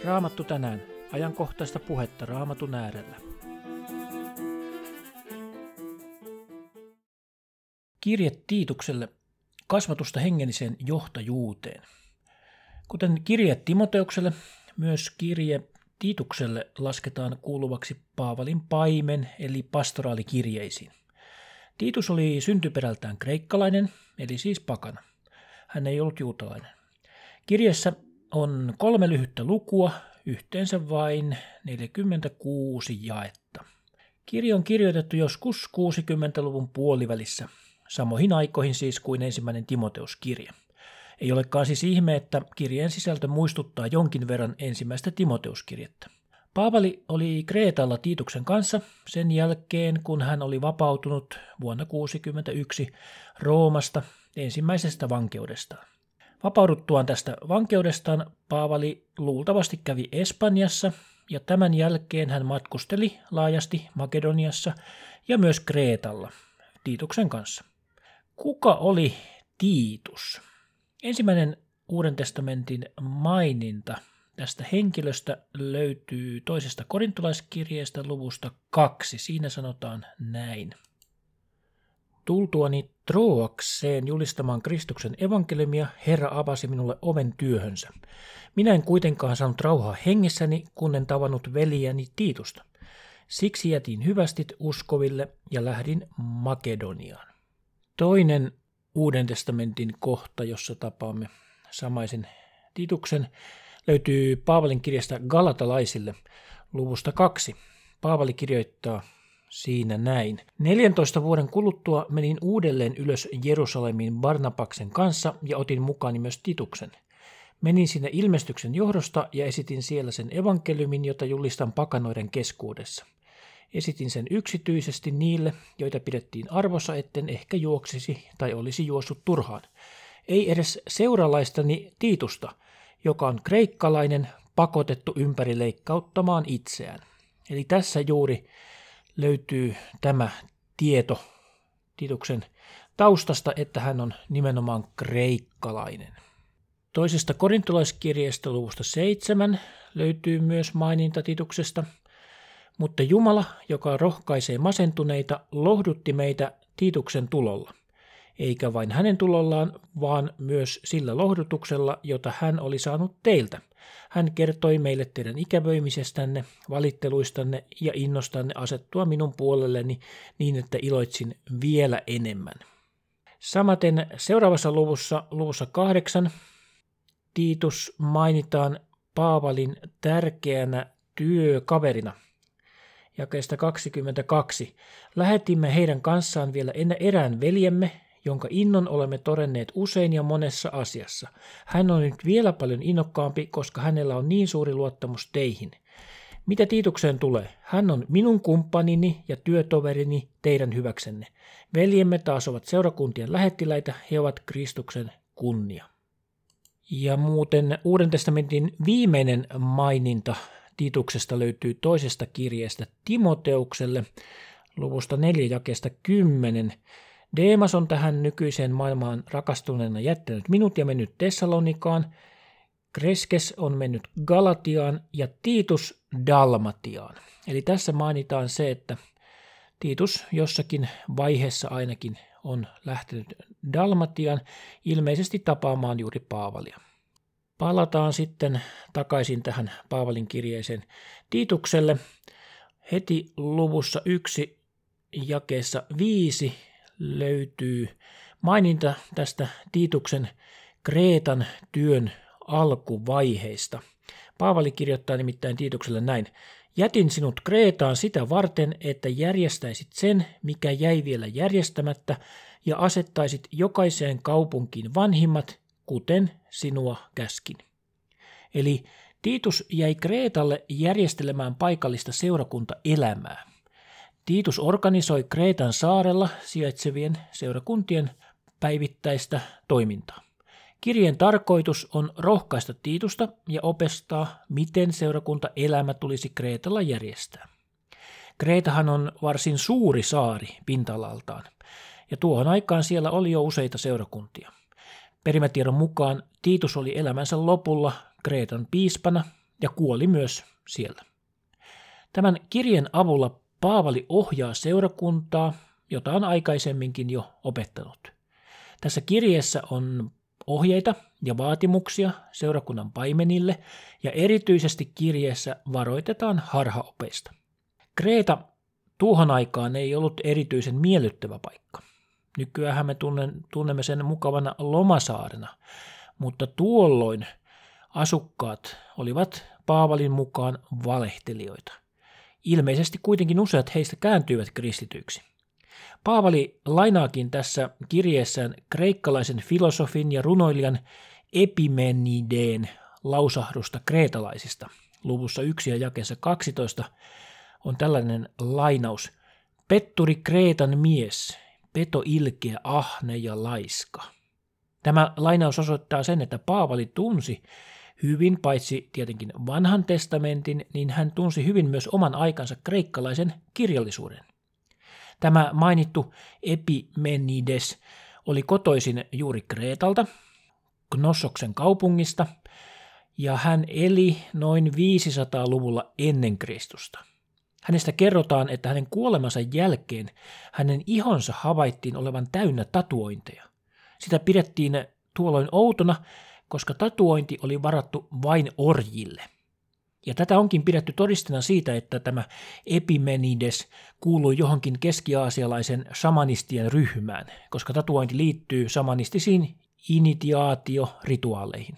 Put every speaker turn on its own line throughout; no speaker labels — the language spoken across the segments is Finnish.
Raamattu tänään. Ajankohtaista puhetta Raamatun äärellä. Kirje Tiitukselle. Kasvatusta hengelliseen johtajuuteen. Kuten kirje Timoteukselle, myös kirje Tiitukselle lasketaan kuuluvaksi Paavalin paimen eli pastoraalikirjeisiin. Tiitus oli syntyperältään kreikkalainen, eli siis pakana. Hän ei ollut juutalainen. Kirjeessä on 3 lyhyttä lukua, yhteensä vain 46 jaetta. Kirje on kirjoitettu joskus 60-luvun puolivälissä, samoihin aikoihin siis kuin ensimmäinen Timoteuskirje. Ei olekaan siis ihme, että kirjeen sisältö muistuttaa jonkin verran ensimmäistä Timoteuskirjettä. Paavali oli Kreetalla Tiituksen kanssa sen jälkeen, kun hän oli vapautunut vuonna 1961 Roomasta ensimmäisestä vankeudestaan. Vapauduttuaan tästä vankeudestaan Paavali luultavasti kävi Espanjassa ja tämän jälkeen hän matkusteli laajasti Makedoniassa ja myös Kreetalla Tiituksen kanssa. Kuka oli Tiitus? Ensimmäinen Uuden testamentin maininta tästä henkilöstä löytyy toisesta korintolaiskirjeestä luvusta 2. Siinä sanotaan näin. Tultuani Troakseen julistamaan Kristuksen evankeliumia, Herra avasi minulle oven työhönsä. Minä en kuitenkaan saanut rauhaa hengessäni, kun en tavannut veliäni Tiitusta. Siksi jätin hyvästit uskoville ja lähdin Makedoniaan. Toinen Uuden testamentin kohta, jossa tapaamme samaisen Tiituksen, löytyy Paavalin kirjasta Galatalaisille luvusta 2. Paavali kirjoittaa siinä näin. 14 vuoden kuluttua menin uudelleen ylös Jerusalemiin Barnabaksen kanssa ja otin mukaani myös Tituksen. Menin sinne ilmestyksen johdosta ja esitin siellä sen evankeliumin, jota julistan pakanoiden keskuudessa. Esitin sen yksityisesti niille, joita pidettiin arvossa, etten ehkä juoksisi tai olisi juossut turhaan. Ei edes seuralaistani Tiitusta, joka on kreikkalainen, pakotettu ympärileikkauttamaan itseään. Eli tässä juuri löytyy tämä tieto Tiituksen taustasta, että hän on nimenomaan kreikkalainen. Toisesta korintolaiskirjeestä luvusta 7 löytyy myös maininta Tiituksesta, mutta Jumala, joka rohkaisee masentuneita, lohdutti meitä Tiituksen tulolla. Eikä vain hänen tulollaan, vaan myös sillä lohdutuksella, jota hän oli saanut teiltä. Hän kertoi meille teidän ikävöimisestänne, valitteluistanne ja innostanne asettua minun puolelleni niin, että iloitsin vielä enemmän. Samaten seuraavassa luvussa 8, Tiitus mainitaan Paavalin tärkeänä työkaverina. Jakeesta 22. Lähetimme heidän kanssaan vielä erään veljemme, jonka innon olemme todenneet usein ja monessa asiassa. Hän on nyt vielä paljon innokkaampi, koska hänellä on niin suuri luottamus teihin. Mitä Tiitukseen tulee? Hän on minun kumppanini ja työtoverini teidän hyväksenne. Veljemme taas ovat seurakuntien lähettiläitä, he ovat Kristuksen kunnia. Ja muuten Uuden testamentin viimeinen maininta Tiituksesta löytyy toisesta kirjeestä Timoteukselle, luvusta 4 jakeesta 10. Deemas on tähän nykyiseen maailmaan rakastuneena jättänyt minut ja mennyt Tessalonikaan, Kreskes on mennyt Galatiaan ja Tiitus Dalmatiaan. Eli tässä mainitaan se, että Tiitus jossakin vaiheessa ainakin on lähtenyt Dalmatiaan, ilmeisesti tapaamaan juuri Paavalia. Palataan sitten takaisin tähän Paavalin kirjeeseen Tiitukselle. Heti luvussa 1 jakeessa 5 löytyy maininta tästä Tiituksen Kreetan työn alkuvaiheista. Paavali kirjoittaa nimittäin Tiitukselle näin. Jätin sinut Kreetaan sitä varten, että järjestäisit sen, mikä jäi vielä järjestämättä, ja asettaisit jokaiseen kaupunkiin vanhimmat, kuten sinua käskin. Eli Tiitus jäi Kreetalle järjestelemään paikallista seurakuntaelämää. Tiitus organisoi Kreetan saarella sijaitsevien seurakuntien päivittäistä toimintaa. Kirjeen tarkoitus on rohkaista Tiitusta ja opastaa, miten seurakuntaelämä tulisi Kreetalla järjestää. Kreetahan on varsin suuri saari pinta-alaltaan, ja tuohon aikaan siellä oli jo useita seurakuntia. Perimätiedon mukaan Tiitus oli elämänsä lopulla Kreetan piispana ja kuoli myös siellä. Tämän kirjeen avulla Paavali ohjaa seurakuntaa, jota on aikaisemminkin jo opettanut. Tässä kirjeessä on ohjeita ja vaatimuksia seurakunnan paimenille, ja erityisesti kirjeessä varoitetaan harhaopeista. Kreeta tuohon aikaan ei ollut erityisen miellyttävä paikka. Nykyään me tunnemme sen mukavana lomasaarena, mutta tuolloin asukkaat olivat Paavalin mukaan valehtelijoita. Ilmeisesti kuitenkin useat heistä kääntyivät kristityiksi. Paavali lainaakin tässä kirjeessään kreikkalaisen filosofin ja runoilijan Epimenideen lausahdusta kreetalaisista. Luvussa 1 ja jakeessa 12 on tällainen lainaus. Petturi Kreetan mies, peto ilkeä, ahne ja laiska. Tämä lainaus osoittaa sen, että Paavali tunsi hyvin paitsi tietenkin vanhan testamentin, niin hän tunsi hyvin myös oman aikansa kreikkalaisen kirjallisuuden. Tämä mainittu Epimenides oli kotoisin juuri Kreetalta, Knossoksen kaupungista, ja hän eli noin 500-luvulla ennen Kristusta. Hänestä kerrotaan, että hänen kuolemansa jälkeen hänen ihonsa havaittiin olevan täynnä tatuointeja. Sitä pidettiin tuolloin outona, koska tatuointi oli varattu vain orjille. Ja tätä onkin pidetty todistena siitä, että tämä Epimenides kuului johonkin keski-aasialaisen shamanistien ryhmään, koska tatuointi liittyy shamanistisiin initiaatiorituaaleihin.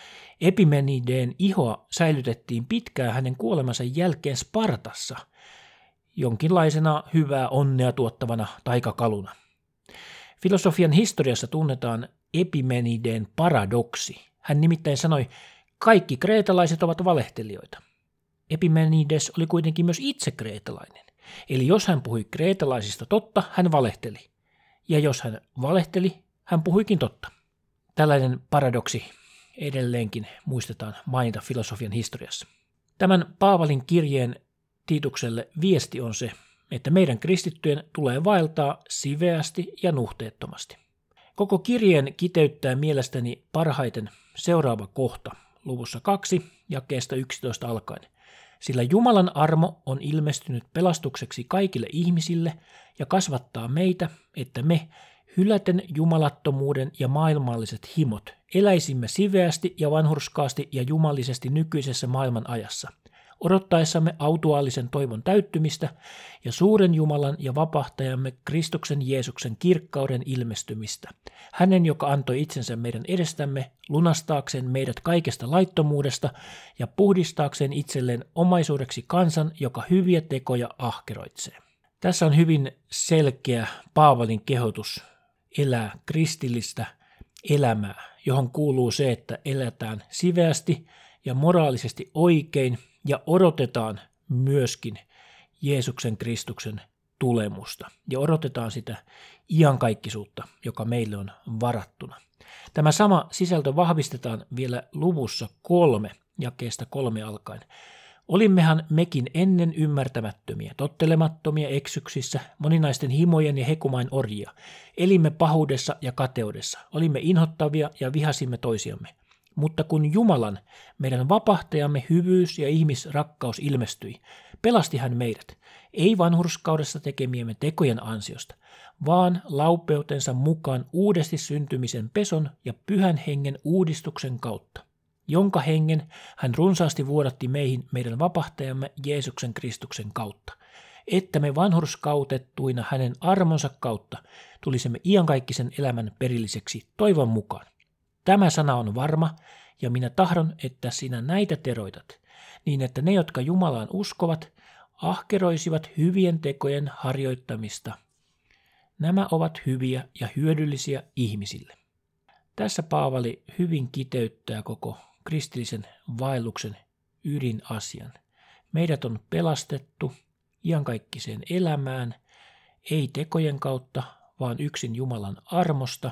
Epimenideen ihoa säilytettiin pitkään hänen kuolemansa jälkeen Spartassa, jonkinlaisena hyvää onnea tuottavana taikakaluna. Filosofian historiassa tunnetaan Epimenideen paradoksi. Hän nimittäin sanoi, kaikki kreetalaiset ovat valehtelijoita. Epimenides oli kuitenkin myös itse kreetalainen. Eli jos hän puhui kreetalaisista totta, hän valehteli. Ja jos hän valehteli, hän puhuikin totta. Tällainen paradoksi edelleenkin muistetaan mainita filosofian historiassa. Tämän Paavalin kirjeen Tiitukselle viesti on se, että meidän kristittyjen tulee vaeltaa siveästi ja nuhteettomasti. Koko kirjeen kiteyttää mielestäni parhaiten seuraava kohta, luvussa 2, jakeesta 11 alkaen. Sillä Jumalan armo on ilmestynyt pelastukseksi kaikille ihmisille ja kasvattaa meitä, että me, hyläten jumalattomuuden ja maailmalliset himot, eläisimme siveästi ja vanhurskaasti ja jumalisesti nykyisessä maailman ajassa, odottaessamme autuaallisen toivon täyttymistä ja suuren Jumalan ja vapahtajamme Kristuksen Jeesuksen kirkkauden ilmestymistä. Hänen, joka antoi itsensä meidän edestämme, lunastaakseen meidät kaikesta laittomuudesta ja puhdistaakseen itselleen omaisuudeksi kansan, joka hyviä tekoja ahkeroitsee. Tässä on hyvin selkeä Paavalin kehotus elää kristillistä elämää, johon kuuluu se, että eletään siveästi ja moraalisesti oikein ja odotetaan myöskin Jeesuksen Kristuksen tulemusta ja odotetaan sitä iankaikkisuutta, joka meille on varattuna. Tämä sama sisältö vahvistetaan vielä luvussa 3, jakeesta 3 alkaen. Olimmehan mekin ennen ymmärtämättömiä, tottelemattomia eksyksissä, moninaisten himojen ja hekumain orjia. Elimme pahuudessa ja kateudessa, olimme inhottavia ja vihasimme toisiamme. Mutta kun Jumalan, meidän vapahtajamme hyvyys ja ihmisrakkaus ilmestyi, pelasti hän meidät, ei vanhurskaudessa tekemiemme tekojen ansiosta, vaan laupeutensa mukaan uudesti syntymisen peson ja pyhän hengen uudistuksen kautta, jonka hengen hän runsaasti vuodatti meihin meidän vapahtajamme Jeesuksen Kristuksen kautta, että me vanhurskautettuina hänen armonsa kautta tulisimme iankaikkisen elämän perilliseksi toivon mukaan. Tämä sana on varma, ja minä tahdon, että sinä näitä teroitat, niin että ne, jotka Jumalaan uskovat, ahkeroisivat hyvien tekojen harjoittamista. Nämä ovat hyviä ja hyödyllisiä ihmisille. Tässä Paavali hyvin kiteyttää koko kristillisen vaelluksen ydinasian. Meidät on pelastettu iankaikkiseen elämään, ei tekojen kautta, vaan yksin Jumalan armosta.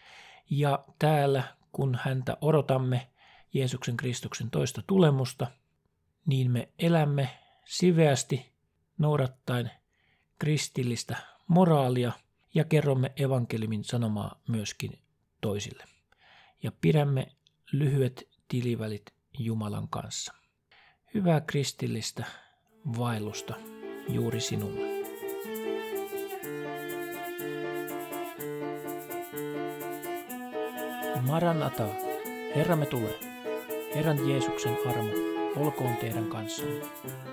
Ja täällä, kun häntä odotamme Jeesuksen Kristuksen toista tulemusta, niin me elämme siveästi noudattaen kristillistä moraalia ja kerromme evankeliumin sanomaa myöskin toisille. Ja pidämme lyhyet tilivälit Jumalan kanssa. Hyvää kristillistä vaellusta juuri sinulle. Maranatha, Herramme tulee. Herran Jeesuksen armo olkoon teidän kanssanne.